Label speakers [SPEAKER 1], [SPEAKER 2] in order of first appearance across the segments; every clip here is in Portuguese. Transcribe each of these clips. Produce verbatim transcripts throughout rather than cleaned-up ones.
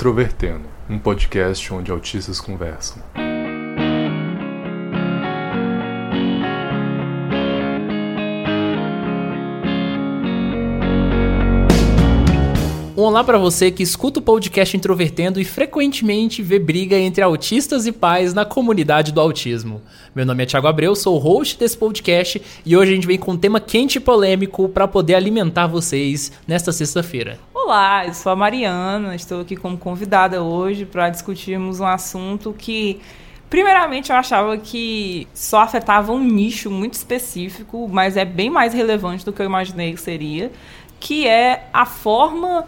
[SPEAKER 1] Introvertendo, um podcast onde autistas conversam.
[SPEAKER 2] Um olá para você que escuta o podcast Introvertendo e frequentemente vê briga entre autistas e pais na comunidade do autismo. Meu nome é Thiago Abreu, sou o host desse podcast e hoje a gente vem com um tema quente e polêmico para poder alimentar vocês nesta sexta-feira.
[SPEAKER 3] Olá, eu sou a Mariana, estou aqui como convidada hoje para discutirmos um assunto que, primeiramente, eu achava que só afetava um nicho muito específico, mas é bem mais relevante do que eu imaginei que seria, que é a forma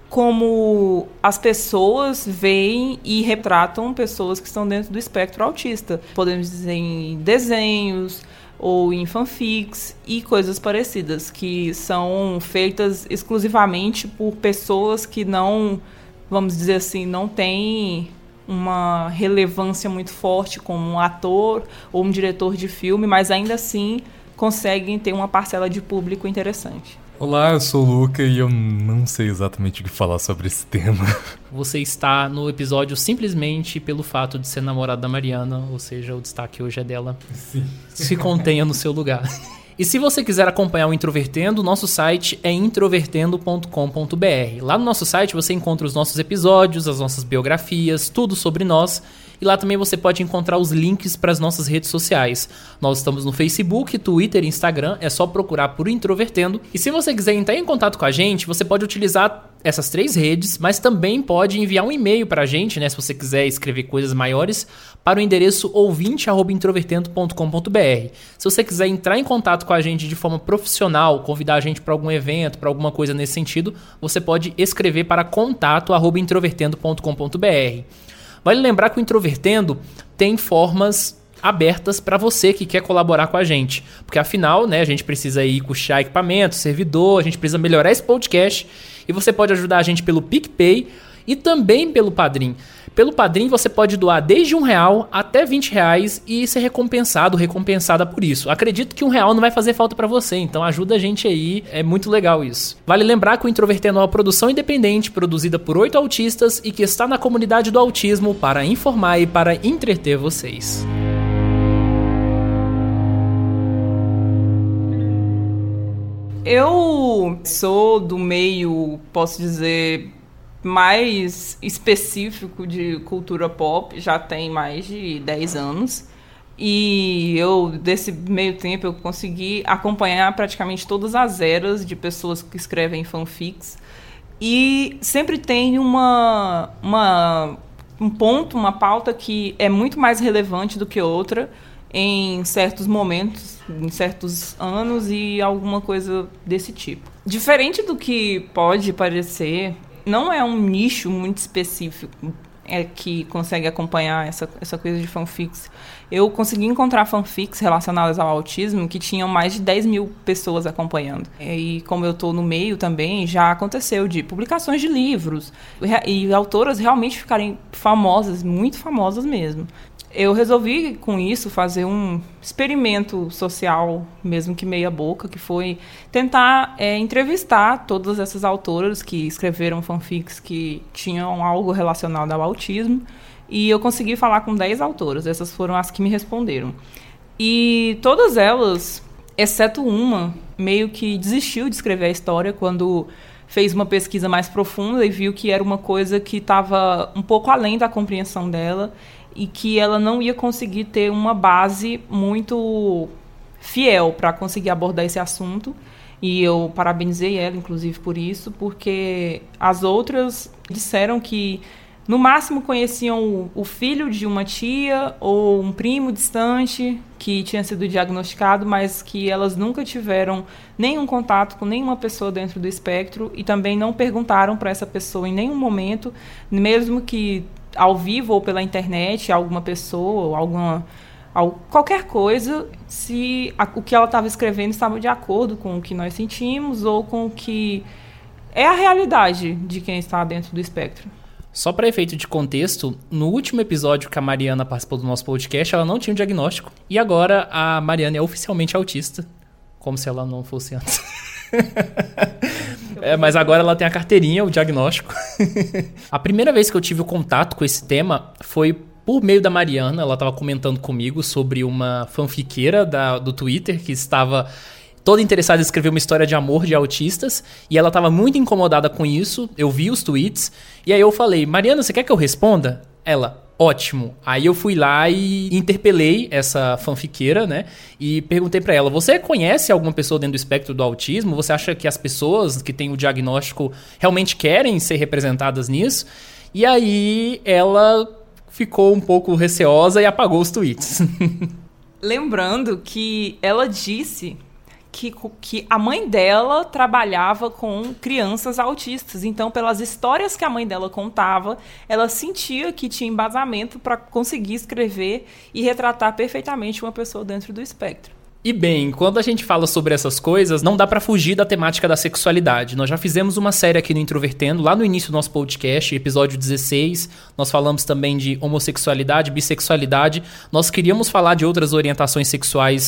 [SPEAKER 3] como as pessoas veem e retratam pessoas que estão dentro do espectro autista. Podemos dizer em desenhos ou em fanfics e coisas parecidas, que são feitas exclusivamente por pessoas que não, vamos dizer assim, não têm uma relevância muito forte como um ator ou um diretor de filme, mas ainda assim conseguem ter uma parcela de público interessante.
[SPEAKER 4] Olá, eu sou o Luca e eu não sei exatamente o que falar sobre esse tema.
[SPEAKER 2] Você está no episódio simplesmente pelo fato de ser namorado da Mariana, ou seja, o destaque hoje é dela.
[SPEAKER 4] Sim.
[SPEAKER 2] Se contenha no seu lugar. E se você quiser acompanhar o Introvertendo, nosso site é introvertendo ponto com ponto b r. Lá no nosso site você encontra os nossos episódios, as nossas biografias, tudo sobre nós. E lá também você pode encontrar os links para as nossas redes sociais. Nós estamos no Facebook, Twitter e Instagram, é só procurar por Introvertendo. E se você quiser entrar em contato com a gente, você pode utilizar essas três redes, mas também pode enviar um e-mail para a gente, né, se você quiser escrever coisas maiores, para o endereço ouvinte arroba introvertendo ponto com ponto b r. Se você quiser entrar em contato com a gente de forma profissional, convidar a gente para algum evento, para alguma coisa nesse sentido, você pode escrever para contato arroba introvertendo ponto com ponto b r. Vale lembrar que o Introvertendo tem formas abertas para você que quer colaborar com a gente. Porque afinal, né, a gente precisa ir custear equipamento, servidor, a gente precisa melhorar esse podcast. E você pode ajudar a gente pelo PicPay e também pelo Padrim. Pelo Padrim você pode doar desde um real até vinte reais e ser recompensado, recompensada por isso. Acredito que um real não vai fazer falta para você, então ajuda a gente aí, é muito legal isso. Vale lembrar que o Introvertendo é uma produção independente, produzida por oito autistas e que está na comunidade do autismo para informar e para entreter vocês.
[SPEAKER 3] Eu sou do meio, posso dizer, mais específico de cultura pop, já tem mais de dez anos. E eu, desse meio tempo, eu consegui acompanhar praticamente todas as eras de pessoas que escrevem fanfics. E sempre tem uma, uma, um ponto, uma pauta que é muito mais relevante do que outra em certos momentos, em certos anos e alguma coisa desse tipo. Diferente do que pode parecer, não é um nicho muito específico é, que consegue acompanhar essa, essa coisa de fanfics. Eu consegui encontrar fanfics relacionadas ao autismo que tinham mais de dez mil pessoas acompanhando. E como eu estou no meio também, já aconteceu de publicações de livros e autoras realmente ficarem famosas, muito famosas mesmo. Eu resolvi, com isso, fazer um experimento social, mesmo que meia boca, que foi tentar é, entrevistar todas essas autoras que escreveram fanfics que tinham algo relacionado ao autismo. E eu consegui falar com dez autoras, essas foram as que me responderam. E todas elas, exceto uma, meio que desistiu de escrever a história quando fez uma pesquisa mais profunda e viu que era uma coisa que estava um pouco além da compreensão dela e que ela não ia conseguir ter uma base muito fiel para conseguir abordar esse assunto. E eu parabenizei ela, inclusive, por isso, porque as outras disseram que, no máximo, conheciam o filho de uma tia ou um primo distante que tinha sido diagnosticado, mas que elas nunca tiveram nenhum contato com nenhuma pessoa dentro do espectro e também não perguntaram para essa pessoa em nenhum momento, mesmo que ao vivo ou pela internet, alguma pessoa, ou alguma, qualquer coisa, se a, o que ela estava escrevendo estava de acordo com o que nós sentimos ou com o que é a realidade de quem está dentro do espectro.
[SPEAKER 2] Só para efeito de contexto, no último episódio que a Mariana participou do nosso podcast, ela não tinha um diagnóstico. E agora a Mariana é oficialmente autista, como se ela não fosse antes. É, mas agora ela tem a carteirinha, o diagnóstico. A primeira vez que eu tive o contato com esse tema foi por meio da Mariana. Ela estava comentando comigo sobre uma fanfiqueira da, do Twitter que estava toda interessada em escrever uma história de amor de autistas, e ela estava muito incomodada com isso. Eu vi os tweets, e aí eu falei, Mariana, você quer que eu responda? Ela, ótimo. Aí eu fui lá e interpelei essa fanfiqueira, né? E perguntei pra ela, você conhece alguma pessoa dentro do espectro do autismo? Você acha que as pessoas que têm o diagnóstico realmente querem ser representadas nisso? E aí ela ficou um pouco receosa e apagou os tweets.
[SPEAKER 3] Lembrando que ela disse que, que a mãe dela trabalhava com crianças autistas. Então, pelas histórias que a mãe dela contava, ela sentia que tinha embasamento para conseguir escrever e retratar perfeitamente uma pessoa dentro do espectro.
[SPEAKER 2] E bem, quando a gente fala sobre essas coisas, não dá pra fugir da temática da sexualidade. Nós já fizemos uma série aqui no Introvertendo, lá no início do nosso podcast, episódio dezesseis. Nós falamos também de homossexualidade, bissexualidade. Nós queríamos falar de outras orientações sexuais,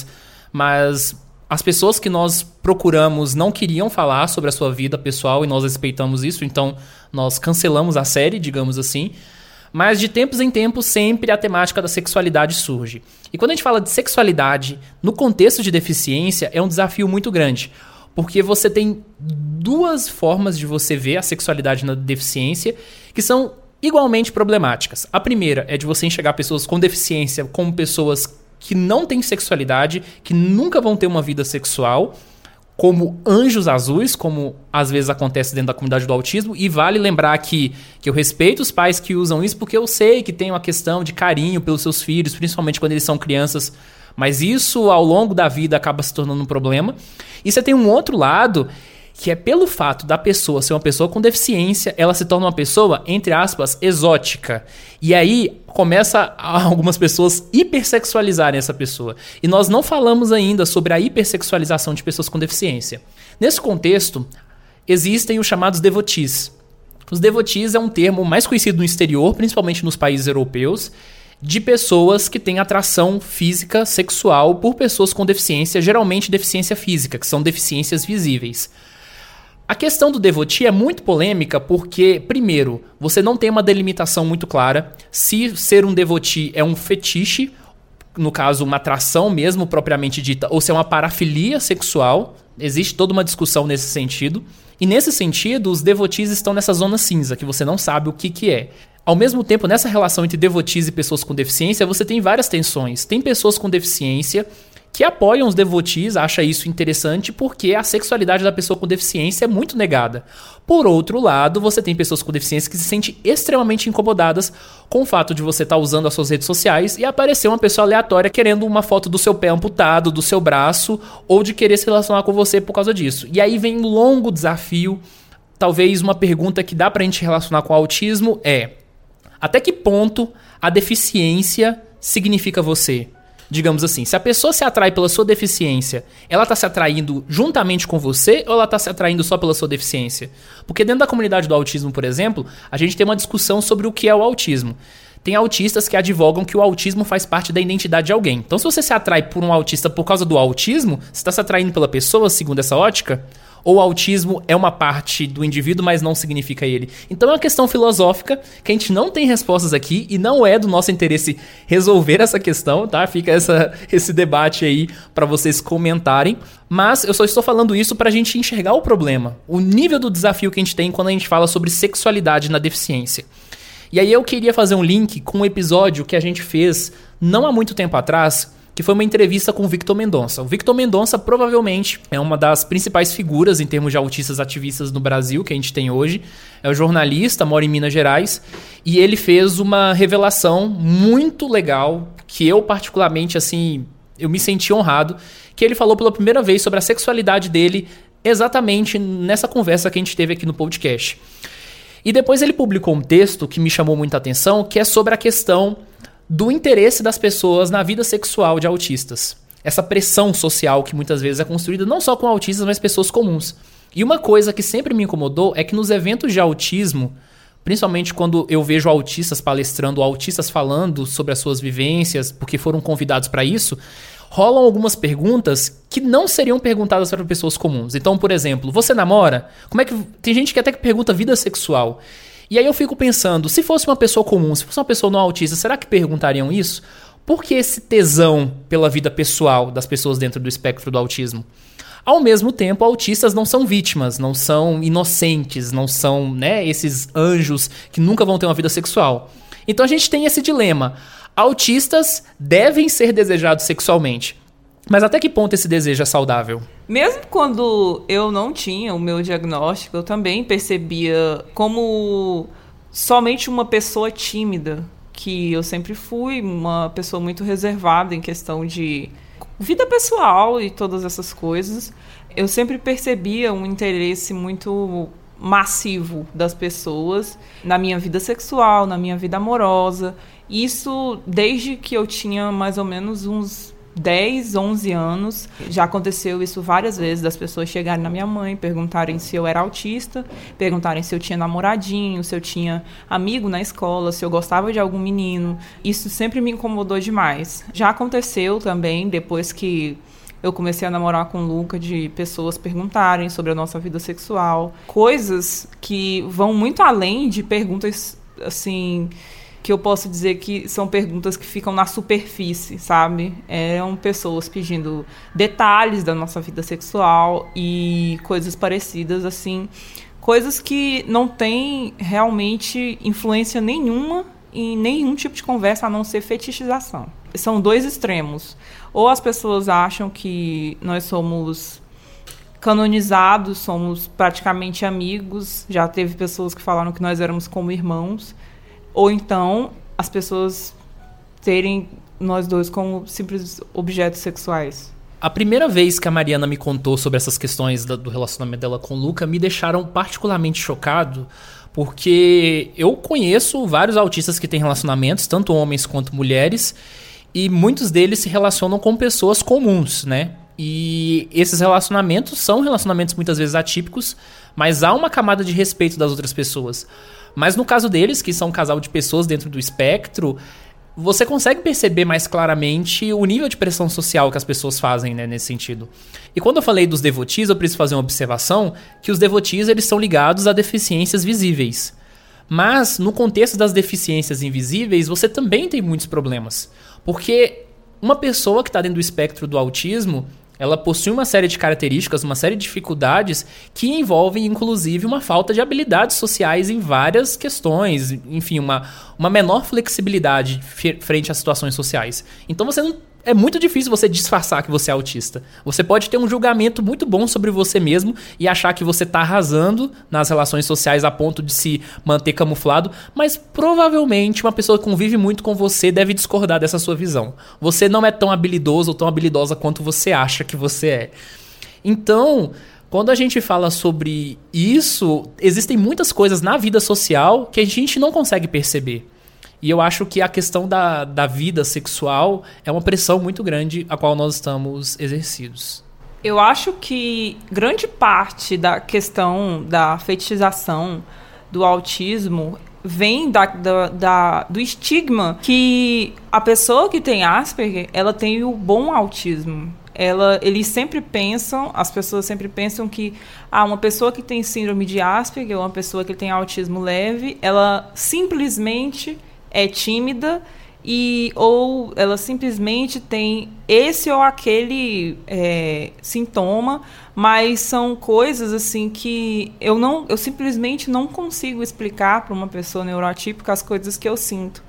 [SPEAKER 2] mas as pessoas que nós procuramos não queriam falar sobre a sua vida pessoal e nós respeitamos isso, então nós cancelamos a série, digamos assim. Mas de tempos em tempos sempre a temática da sexualidade surge. E quando a gente fala de sexualidade no contexto de deficiência, é um desafio muito grande. Porque você tem duas formas de você ver a sexualidade na deficiência que são igualmente problemáticas. A primeira é de você enxergar pessoas com deficiência como pessoas que não têm sexualidade, que nunca vão ter uma vida sexual, como anjos azuis, como às vezes acontece dentro da comunidade do autismo. E vale lembrar que, que eu respeito os pais que usam isso, porque eu sei que tem uma questão de carinho pelos seus filhos, principalmente quando eles são crianças, mas isso ao longo da vida acaba se tornando um problema. E você tem um outro lado, que é pelo fato da pessoa ser uma pessoa com deficiência, ela se torna uma pessoa, entre aspas, exótica. E aí começa algumas pessoas hipersexualizarem essa pessoa. E nós não falamos ainda sobre a hipersexualização de pessoas com deficiência. Nesse contexto, existem os chamados devotees. Os devotees é um termo mais conhecido no exterior, principalmente nos países europeus, de pessoas que têm atração física, sexual por pessoas com deficiência, geralmente deficiência física, que são deficiências visíveis. A questão do devotee é muito polêmica porque, primeiro, você não tem uma delimitação muito clara se ser um devotee é um fetiche, no caso uma atração mesmo propriamente dita, ou se é uma parafilia sexual. Existe toda uma discussão nesse sentido. E nesse sentido, os devotees estão nessa zona cinza, que você não sabe o que, que é. Ao mesmo tempo, nessa relação entre devotees e pessoas com deficiência, você tem várias tensões. Tem pessoas com deficiência que apoiam os devotees, acham isso interessante porque a sexualidade da pessoa com deficiência é muito negada. Por outro lado, você tem pessoas com deficiência que se sentem extremamente incomodadas com o fato de você estar usando as suas redes sociais e aparecer uma pessoa aleatória querendo uma foto do seu pé amputado, do seu braço, ou de querer se relacionar com você por causa disso. E aí vem um longo desafio. Talvez uma pergunta que dá pra gente relacionar com o autismo é: até que ponto a deficiência significa você? Digamos assim, se a pessoa se atrai pela sua deficiência, ela está se atraindo juntamente com você ou ela está se atraindo só pela sua deficiência? Porque dentro da comunidade do autismo, por exemplo, a gente tem uma discussão sobre o que é o autismo. Tem autistas que advogam que o autismo faz parte da identidade de alguém. Então, se você se atrai por um autista por causa do autismo, você está se atraindo pela pessoa, segundo essa ótica? Ou o autismo é uma parte do indivíduo, mas não significa ele? Então é uma questão filosófica que a gente não tem respostas aqui e não é do nosso interesse resolver essa questão, tá? Fica essa, esse debate aí para vocês comentarem. Mas eu só estou falando isso para a gente enxergar o problema, o nível do desafio que a gente tem quando a gente fala sobre sexualidade na deficiência. E aí eu queria fazer um link com um episódio que a gente fez não há muito tempo atrás, que foi uma entrevista com o Victor Mendonça. O Victor Mendonça provavelmente é uma das principais figuras em termos de autistas ativistas no Brasil que a gente tem hoje. É um jornalista, mora em Minas Gerais, e ele fez uma revelação muito legal, que eu particularmente, assim, eu me senti honrado, que ele falou pela primeira vez sobre a sexualidade dele exatamente nessa conversa que a gente teve aqui no podcast. E depois ele publicou um texto que me chamou muita atenção, que é sobre a questão do interesse das pessoas na vida sexual de autistas. Essa pressão social que muitas vezes é construída não só com autistas, mas pessoas comuns. E uma coisa que sempre me incomodou é que nos eventos de autismo, principalmente quando eu vejo autistas palestrando, autistas falando sobre as suas vivências, porque foram convidados para isso, rolam algumas perguntas que não seriam perguntadas para pessoas comuns. Então, por exemplo, você namora? Como é que tem gente que até que pergunta vida sexual. E aí eu fico pensando, se fosse uma pessoa comum, se fosse uma pessoa não autista, será que perguntariam isso? Por que esse tesão pela vida pessoal das pessoas dentro do espectro do autismo? Ao mesmo tempo, autistas não são vítimas, não são inocentes, não são, né, esses anjos que nunca vão ter uma vida sexual. Então a gente tem esse dilema. Autistas devem ser desejados sexualmente. Mas até que ponto esse desejo é saudável?
[SPEAKER 3] Mesmo quando eu não tinha o meu diagnóstico, eu também percebia como somente uma pessoa tímida, que eu sempre fui uma pessoa muito reservada em questão de vida pessoal e todas essas coisas. Eu sempre percebia um interesse muito massivo das pessoas na minha vida sexual, na minha vida amorosa. Isso desde que eu tinha mais ou menos uns dez, onze anos. Já aconteceu isso várias vezes, das pessoas chegarem na minha mãe, perguntarem se eu era autista, perguntarem se eu tinha namoradinho, se eu tinha amigo na escola, se eu gostava de algum menino. Isso sempre me incomodou demais. Já aconteceu também, depois que eu comecei a namorar com o Luca, de pessoas perguntarem sobre a nossa vida sexual. Coisas que vão muito além de perguntas, assim, que eu posso dizer que são perguntas que ficam na superfície, sabe? Eram pessoas pedindo detalhes da nossa vida sexual e coisas parecidas, assim. Coisas que não têm realmente influência nenhuma em nenhum tipo de conversa, a não ser fetichização. São dois extremos. Ou as pessoas acham que nós somos canonizados, somos praticamente amigos. Já teve pessoas que falaram que nós éramos como irmãos. Ou então as pessoas terem nós dois como simples objetos sexuais.
[SPEAKER 2] A primeira vez que a Mariana me contou sobre essas questões da, do relacionamento dela com o Luca me deixaram particularmente chocado, porque eu conheço vários autistas que têm relacionamentos, tanto homens quanto mulheres, e muitos deles se relacionam com pessoas comuns, né? E esses relacionamentos são relacionamentos muitas vezes atípicos, mas há uma camada de respeito das outras pessoas. Mas no caso deles, que são um casal de pessoas dentro do espectro, você consegue perceber mais claramente o nível de pressão social que as pessoas fazem, né, nesse sentido. E quando eu falei dos devotees, eu preciso fazer uma observação, que os devotees eles são ligados a deficiências visíveis. Mas, no contexto das deficiências invisíveis, você também tem muitos problemas. Porque uma pessoa que está dentro do espectro do autismo, ela possui uma série de características, uma série de dificuldades que envolvem, inclusive, uma falta de habilidades sociais em várias questões. Enfim, uma, uma menor flexibilidade frente às situações sociais. Então, você não, é muito difícil você disfarçar que você é autista. Você pode ter um julgamento muito bom sobre você mesmo e achar que você está arrasando nas relações sociais a ponto de se manter camuflado, mas provavelmente uma pessoa que convive muito com você deve discordar dessa sua visão. Você não é tão habilidoso ou tão habilidosa quanto você acha que você é. Então, quando a gente fala sobre isso, existem muitas coisas na vida social que a gente não consegue perceber. E eu acho que a questão da, da vida sexual é uma pressão muito grande a qual nós estamos exercidos.
[SPEAKER 3] Eu acho que grande parte da questão da fetichização do autismo vem da, da, da, do estigma que a pessoa que tem Asperger, ela tem o bom autismo. Ela, eles sempre pensam, as pessoas sempre pensam que ah, uma pessoa que tem síndrome de Asperger, ou uma pessoa que tem autismo leve, ela simplesmente é tímida e, ou ela simplesmente tem esse ou aquele é, sintoma, mas são coisas assim que eu, não, eu simplesmente não consigo explicar para uma pessoa neuroatípica as coisas que eu sinto.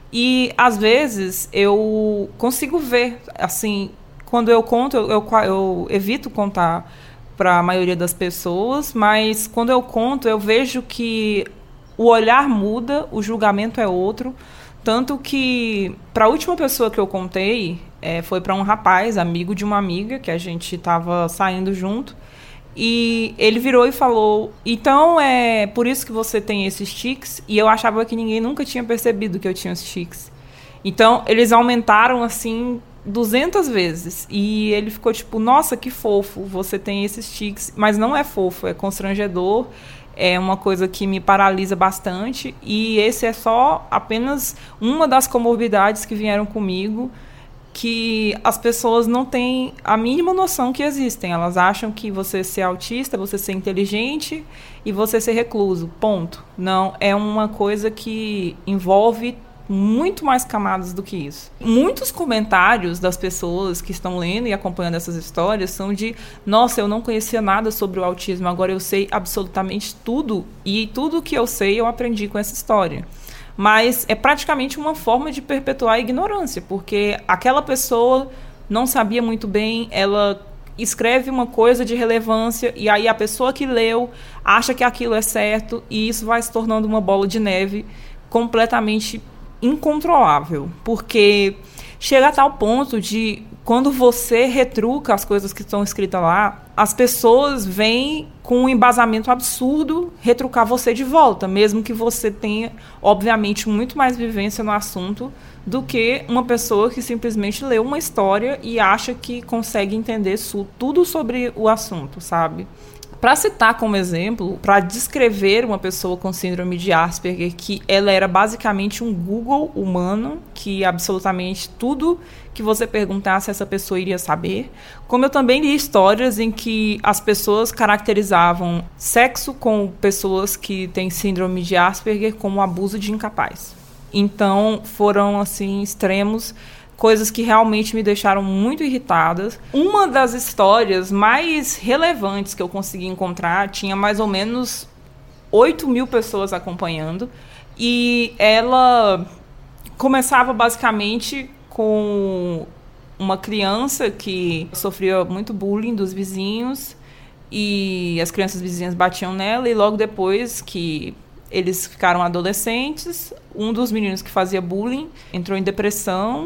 [SPEAKER 3] E, às vezes, eu consigo ver, assim, quando eu conto, eu, eu, eu evito contar para a maioria das pessoas, mas quando eu conto, eu vejo que o olhar muda, o julgamento é outro. Tanto que, para a última pessoa que eu contei, é, foi para um rapaz, amigo de uma amiga, que a gente estava saindo junto. E ele virou e falou, então é por isso que você tem esses tics? E eu achava que ninguém nunca tinha percebido que eu tinha os tics. Então, eles aumentaram, assim, duzentas vezes. E ele ficou tipo, nossa, que fofo, você tem esses tics. Mas não é fofo, é constrangedor. É uma coisa que me paralisa bastante, e esse é só apenas uma das comorbidades que vieram comigo. que as pessoas não têm a mínima noção que existem. Elas acham que você ser autista, você ser inteligente e você ser recluso. Ponto. Não, é uma coisa que envolve muito mais camadas do que isso. Muitos comentários das pessoas que estão lendo e acompanhando essas histórias são de: nossa, eu não conhecia nada sobre o autismo, agora eu sei absolutamente tudo, e tudo que eu sei eu aprendi com essa história. Mas é praticamente uma forma de perpetuar a ignorância, porque aquela pessoa não sabia muito bem, ela escreve uma coisa de relevância e aí a pessoa que leu acha que aquilo é certo, e isso vai se tornando uma bola de neve completamente incontrolável, porque chega a tal ponto de, quando você retruca as coisas que estão escritas lá, as pessoas vêm com um embasamento absurdo retrucar você de volta, mesmo que você tenha, obviamente, muito mais vivência no assunto do que uma pessoa que simplesmente lê uma história e acha que consegue entender tudo sobre o assunto, sabe? Para citar como exemplo, para descrever uma pessoa com síndrome de Asperger, que ela era basicamente um Google humano, que absolutamente tudo que você perguntasse, essa pessoa iria saber. Como eu também li histórias em que as pessoas caracterizavam sexo com pessoas que têm síndrome de Asperger como abuso de incapaz. Então, foram, assim, extremos, coisas que realmente me deixaram muito irritadas. Uma das histórias mais relevantes que eu consegui encontrar tinha mais ou menos oito mil pessoas acompanhando, e ela começava basicamente com uma criança que sofria muito bullying dos vizinhos, e as crianças vizinhas batiam nela, e logo depois que eles ficaram adolescentes, um dos meninos que fazia bullying entrou em depressão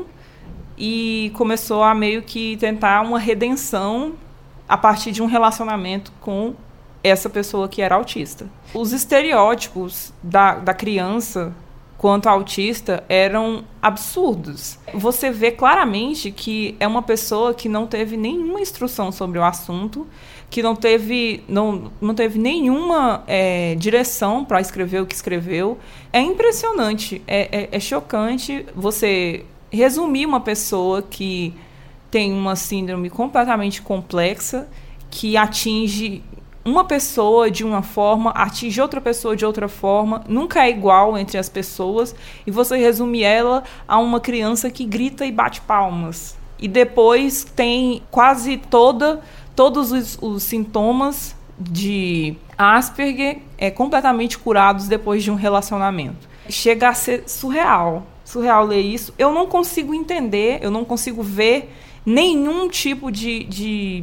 [SPEAKER 3] e começou a meio que tentar uma redenção a partir de um relacionamento com essa pessoa que era autista. Os estereótipos da, da criança quanto autista eram absurdos. Você vê claramente que é uma pessoa que não teve nenhuma instrução sobre o assunto, que não teve, não, não teve nenhuma é, direção para escrever o que escreveu. É impressionante, é, é, é chocante você resumir uma pessoa que tem uma síndrome completamente complexa, que atinge uma pessoa de uma forma, atinge outra pessoa de outra forma, nunca é igual entre as pessoas, e você resume ela a uma criança que grita e bate palmas. E depois tem quase toda, todos os, os sintomas de Asperger é, completamente curados depois de um relacionamento. Chega a ser surreal. Surreal ler isso. Eu não consigo entender, eu não consigo ver nenhum tipo de, de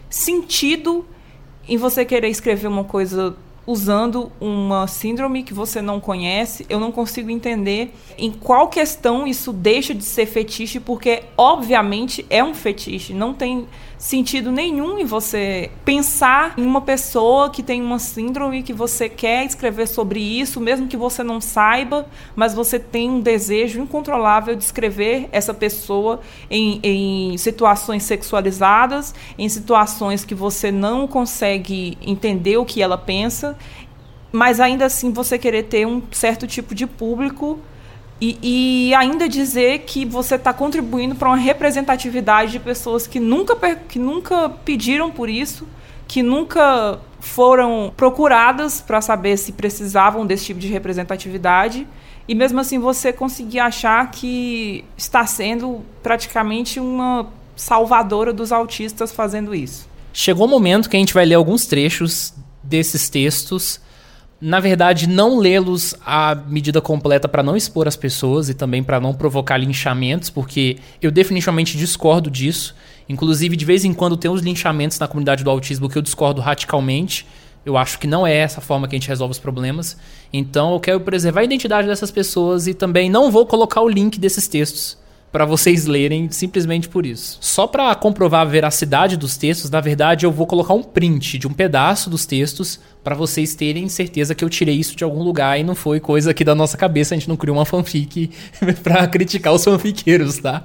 [SPEAKER 3] sentido em você querer escrever uma coisa usando uma síndrome que você não conhece. Eu não consigo entender em qual questão isso deixa de ser fetiche, porque obviamente é um fetiche. Não tem sentido nenhum em você pensar em uma pessoa que tem uma síndrome, que você quer escrever sobre isso, mesmo que você não saiba, mas você tem um desejo incontrolável de escrever essa pessoa em, em situações sexualizadas, em situações que você não consegue entender o que ela pensa, mas ainda assim você querer ter um certo tipo de público e, e ainda dizer que você está contribuindo para uma representatividade de pessoas que nunca, que nunca pediram por isso, que nunca foram procuradas para saber se precisavam desse tipo de representatividade, e mesmo assim você conseguir achar que está sendo praticamente uma salvadora dos autistas fazendo isso.
[SPEAKER 2] Chegou o momento que a gente vai ler alguns trechos desses textos. Na verdade, não lê-los à medida completa para não expor as pessoas e também para não provocar linchamentos, porque eu definitivamente discordo disso. Inclusive, de vez em quando tem uns linchamentos na comunidade do autismo que eu discordo radicalmente. Eu acho que não é essa forma que a gente resolve os problemas. Então, eu quero preservar a identidade dessas pessoas e também não vou colocar o link desses textos para vocês lerem simplesmente por isso. Só para comprovar a veracidade dos textos, na verdade, eu vou colocar um print de um pedaço dos textos para vocês terem certeza que eu tirei isso de algum lugar e não foi coisa aqui da nossa cabeça, a gente não criou uma fanfic para criticar os fanfiqueiros, tá?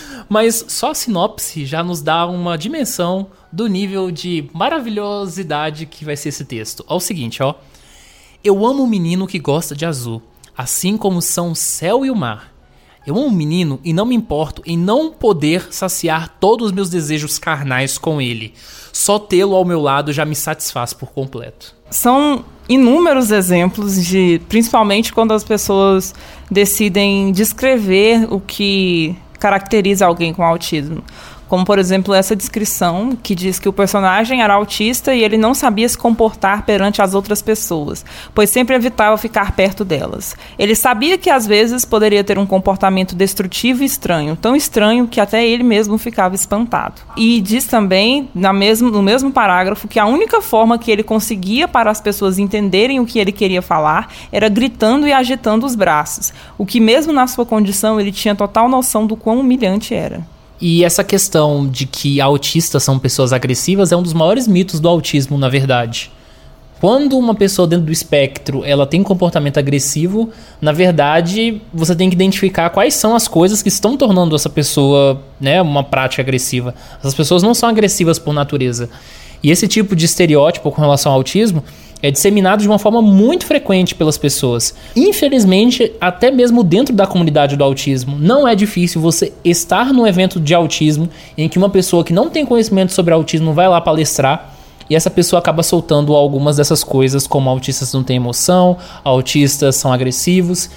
[SPEAKER 2] Mas só a sinopse já nos dá uma dimensão do nível de maravilhosidade que vai ser esse texto. Ó, o seguinte, ó. Eu amo o menino que gosta de azul, assim como são o céu e o mar. Eu amo um menino e não me importo em não poder saciar todos os meus desejos carnais com ele. Só tê-lo ao meu lado já me satisfaz por completo.
[SPEAKER 3] São inúmeros exemplos de, principalmente quando as pessoas decidem descrever o que caracteriza alguém com autismo. Como, por exemplo, essa descrição que diz que o personagem era autista e ele não sabia se comportar perante as outras pessoas, pois sempre evitava ficar perto delas. Ele sabia que, às vezes, poderia ter um comportamento destrutivo e estranho, tão estranho que até ele mesmo ficava espantado. E diz também, na mesmo, no mesmo parágrafo, que a única forma que ele conseguia para as pessoas entenderem o que ele queria falar era gritando e agitando os braços, o que, mesmo na sua condição, ele tinha total noção do quão humilhante era.
[SPEAKER 2] E essa questão de que autistas são pessoas agressivas é um dos maiores mitos do autismo, na verdade. Quando uma pessoa dentro do espectro ela tem comportamento agressivo, na verdade, você tem que identificar quais são as coisas que estão tornando essa pessoa, né, uma prática agressiva. Essas pessoas não são agressivas por natureza. E esse tipo de estereótipo com relação ao autismo é disseminado de uma forma muito frequente pelas pessoas. Infelizmente, até mesmo dentro da comunidade do autismo, não é difícil você estar num evento de autismo em que uma pessoa que não tem conhecimento sobre autismo vai lá palestrar e essa pessoa acaba soltando algumas dessas coisas, como autistas não têm emoção, autistas são agressivos,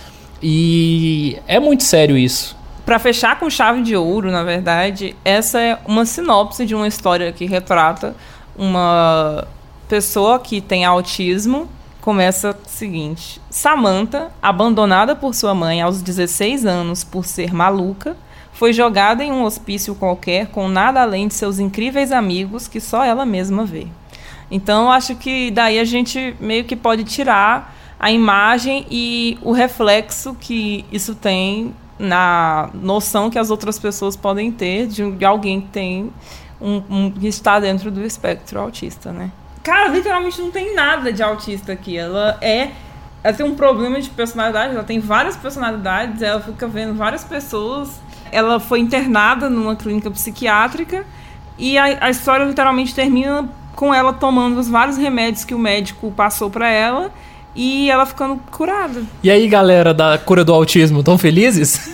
[SPEAKER 2] e é muito sério isso.
[SPEAKER 3] Para fechar com chave de ouro, na verdade, essa é uma sinopse de uma história que retrata uma pessoa que tem autismo. Começa o seguinte: Samantha, abandonada por sua mãe aos dezesseis anos por ser maluca, foi jogada em um hospício qualquer com nada além de seus incríveis amigos que só ela mesma vê. Então, acho que daí a gente meio que pode tirar a imagem e o reflexo que isso tem na noção que as outras pessoas podem ter de, de alguém que tem um, um, que está dentro do espectro autista, né? Cara, literalmente não tem nada de autista aqui. Ela é... Ela tem um problema de personalidade, ela tem várias personalidades, ela fica vendo várias pessoas. Ela foi internada numa clínica psiquiátrica e a, a história literalmente termina com ela tomando os vários remédios que o médico passou pra ela e ela ficando curada.
[SPEAKER 2] E aí, galera da cura do autismo, tão felizes?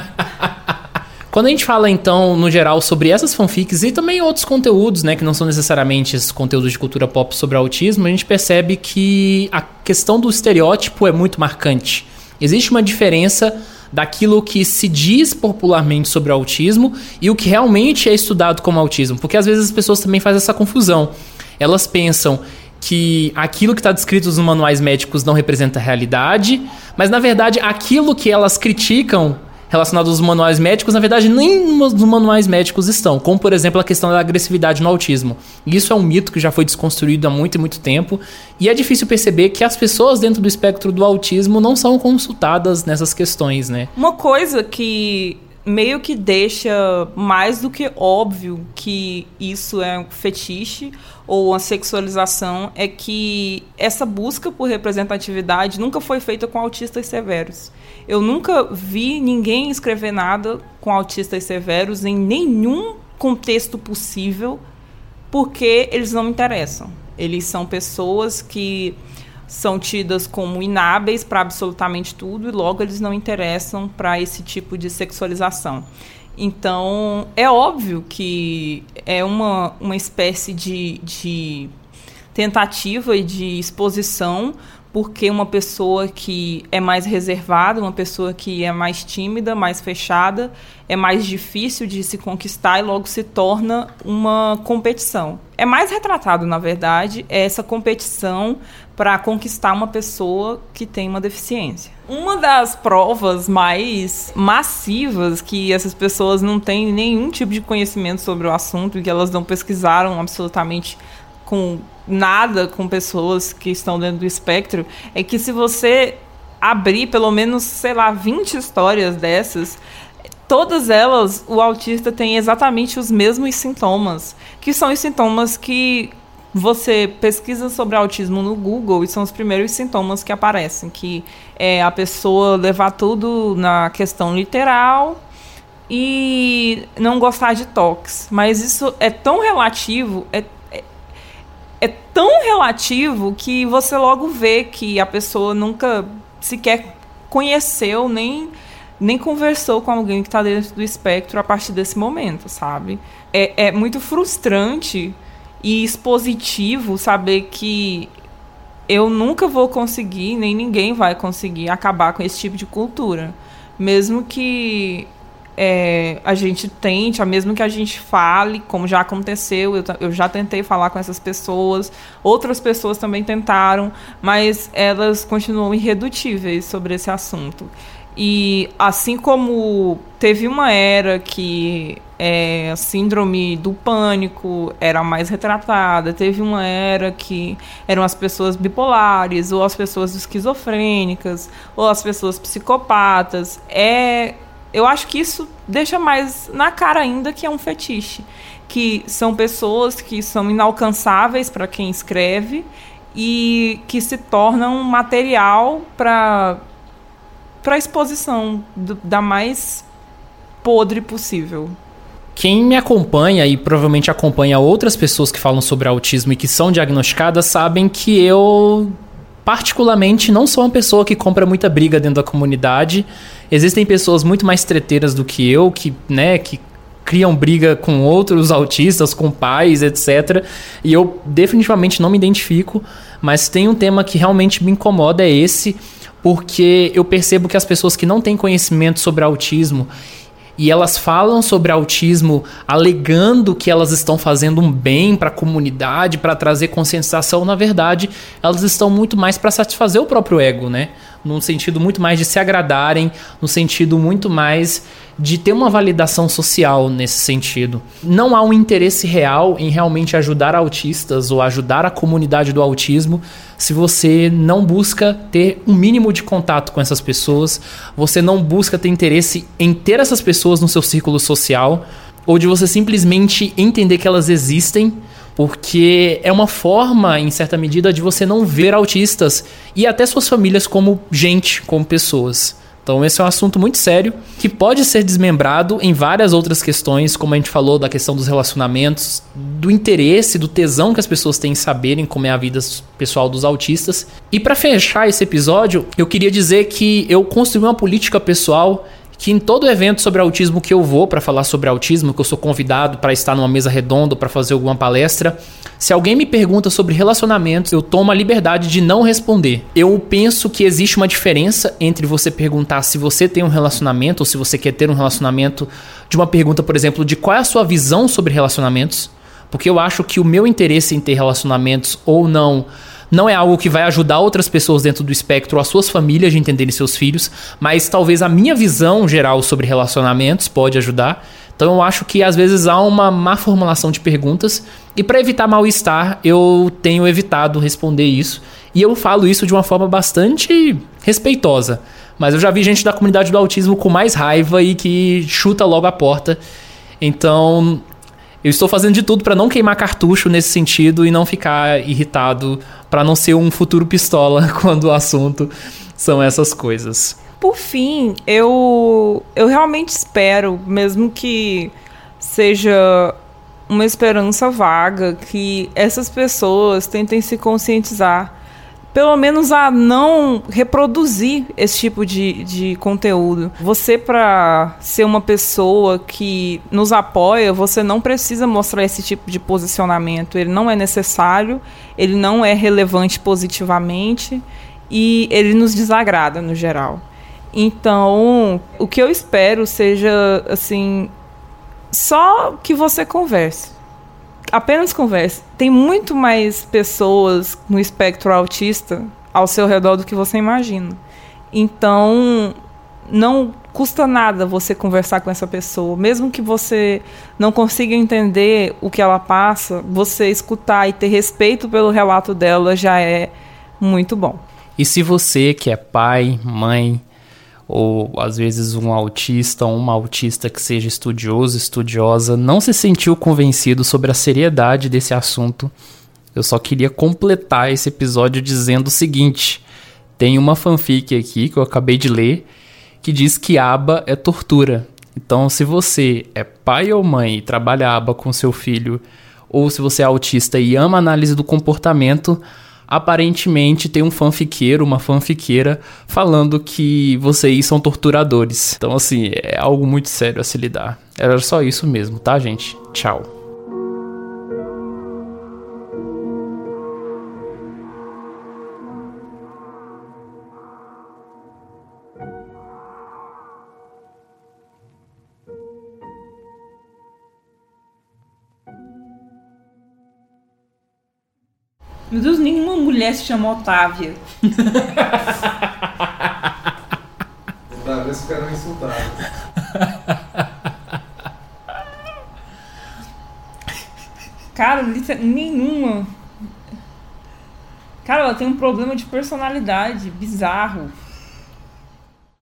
[SPEAKER 2] Quando a gente fala, então, no geral, sobre essas fanfics e também outros conteúdos, né, que não são necessariamente esses conteúdos de cultura pop sobre autismo, a gente percebe que a questão do estereótipo é muito marcante. Existe uma diferença daquilo que se diz popularmente sobre autismo e o que realmente é estudado como autismo, porque às vezes as pessoas também fazem essa confusão. Elas pensam que aquilo que está descrito nos manuais médicos não representa a realidade, mas na verdade aquilo que elas criticam relacionado aos manuais médicos, na verdade, nem nos manuais médicos estão, como, por exemplo, a questão da agressividade no autismo. E isso é um mito que já foi desconstruído há muito e muito tempo, e é difícil perceber que as pessoas dentro do espectro do autismo não são consultadas nessas questões, né?
[SPEAKER 3] Uma coisa que meio que deixa mais do que óbvio que isso é um fetiche ou uma sexualização é que essa busca por representatividade nunca foi feita com autistas severos. Eu nunca vi ninguém escrever nada com autistas severos em nenhum contexto possível, porque eles não me interessam. Eles são pessoas que são tidas como inábeis para absolutamente tudo e logo eles não interessam para esse tipo de sexualização. Então, é óbvio que é uma, uma espécie de, de tentativa e de exposição, porque uma pessoa que é mais reservada, uma pessoa que é mais tímida, mais fechada, é mais difícil de se conquistar e logo se torna uma competição. É mais retratado, na verdade, essa competição para conquistar uma pessoa que tem uma deficiência. Uma das provas mais massivas que essas pessoas não têm nenhum tipo de conhecimento sobre o assunto e que elas não pesquisaram absolutamente com nada com pessoas que estão dentro do espectro, é que se você abrir pelo menos, sei lá, vinte histórias dessas, todas elas, o autista tem exatamente os mesmos sintomas, que são os sintomas que você pesquisa sobre autismo no Google e são os primeiros sintomas que aparecem, que é a pessoa levar tudo na questão literal e não gostar de toques. Mas isso é tão relativo, é É tão relativo que você logo vê que a pessoa nunca sequer conheceu nem nem conversou com alguém que está dentro do espectro a partir desse momento, sabe? É, é muito frustrante e expositivo saber que eu nunca vou conseguir, nem ninguém vai conseguir acabar com esse tipo de cultura. Mesmo que é, a gente tente, mesmo que a gente fale, como já aconteceu, eu, eu já tentei falar com essas pessoas, outras pessoas também tentaram, mas elas continuam irredutíveis sobre esse assunto. E assim como teve uma era que é, a síndrome do pânico era mais retratada, teve uma era que eram as pessoas bipolares, ou as pessoas esquizofrênicas, ou as pessoas psicopatas. É, eu acho que isso deixa mais na cara ainda que é um fetiche, que são pessoas que são inalcançáveis para quem escreve e que se tornam material para para a exposição do, da mais podre possível.
[SPEAKER 2] Quem me acompanha e provavelmente acompanha outras pessoas que falam sobre autismo e que são diagnosticadas sabem que eu, particularmente, não sou uma pessoa que compra muita briga dentro da comunidade. Existem pessoas muito mais treteiras do que eu, que, né, que criam briga com outros autistas, com pais, etcétera. E eu definitivamente não me identifico, mas tem um tema que realmente me incomoda, é esse, porque eu percebo que as pessoas que não têm conhecimento sobre autismo e elas falam sobre autismo alegando que elas estão fazendo um bem para a comunidade, para trazer conscientização, na verdade, elas estão muito mais para satisfazer o próprio ego, né? Num sentido muito mais de se agradarem, no sentido muito mais de ter uma validação social nesse sentido. Não há um interesse real em realmente ajudar autistas ou ajudar a comunidade do autismo se você não busca ter um mínimo de contato com essas pessoas, você não busca ter interesse em ter essas pessoas no seu círculo social, ou de você simplesmente entender que elas existem, porque é uma forma, em certa medida, de você não ver autistas e até suas famílias como gente, como pessoas. Então esse é um assunto muito sério, que pode ser desmembrado em várias outras questões, como a gente falou da questão dos relacionamentos, do interesse, do tesão que as pessoas têm em saberem como é a vida pessoal dos autistas. E para fechar esse episódio, eu queria dizer que eu construí uma política pessoal que em todo evento sobre autismo que eu vou para falar sobre autismo, que eu sou convidado para estar numa mesa redonda, para fazer alguma palestra, se alguém me pergunta sobre relacionamentos, eu tomo a liberdade de não responder. Eu penso que existe uma diferença entre você perguntar se você tem um relacionamento ou se você quer ter um relacionamento, de uma pergunta, por exemplo, de qual é a sua visão sobre relacionamentos, porque eu acho que o meu interesse em ter relacionamentos ou não não é algo que vai ajudar outras pessoas dentro do espectro ou as suas famílias de entenderem seus filhos, mas talvez a minha visão geral sobre relacionamentos pode ajudar. Então eu acho que às vezes há uma má formulação de perguntas e para evitar mal-estar eu tenho evitado responder isso. E eu falo isso de uma forma bastante respeitosa, mas eu já vi gente da comunidade do autismo com mais raiva e que chuta logo a porta. Então eu estou fazendo de tudo para não queimar cartucho nesse sentido e não ficar irritado, para não ser um futuro pistola quando o assunto são essas coisas.
[SPEAKER 3] Por fim, eu, eu realmente espero, mesmo que seja uma esperança vaga, que essas pessoas tentem se conscientizar, pelo menos a não reproduzir esse tipo de, de conteúdo. Você, para ser uma pessoa que nos apoia, você não precisa mostrar esse tipo de posicionamento. Ele não é necessário, ele não é relevante positivamente e ele nos desagrada no geral. Então, o que eu espero seja, assim, só que você converse. Apenas converse. Tem muito mais pessoas no espectro autista ao seu redor do que você imagina. Então, não custa nada você conversar com essa pessoa. Mesmo que você não consiga entender o que ela passa, você escutar e ter respeito pelo relato dela já é muito bom.
[SPEAKER 2] E se você que é pai, mãe, ou às vezes um autista ou uma autista que seja estudioso, estudiosa, não se sentiu convencido sobre a seriedade desse assunto, eu só queria completar esse episódio dizendo o seguinte: tem uma fanfic aqui que eu acabei de ler que diz que aba é tortura. Então, se você é pai ou mãe e trabalha aba com seu filho, ou se você é autista e ama análise do comportamento, aparentemente tem um fanfiqueiro, uma fanfiqueira, falando que vocês são torturadores. Então, assim, é algo muito sério a se lidar. Era só isso mesmo, tá, gente? Tchau.
[SPEAKER 3] Meu Deus, nenhuma mulher se chama Otávia.
[SPEAKER 1] Otávias ficaram insultadas.
[SPEAKER 3] Cara, nenhuma. Cara, ela tem um problema de personalidade bizarro.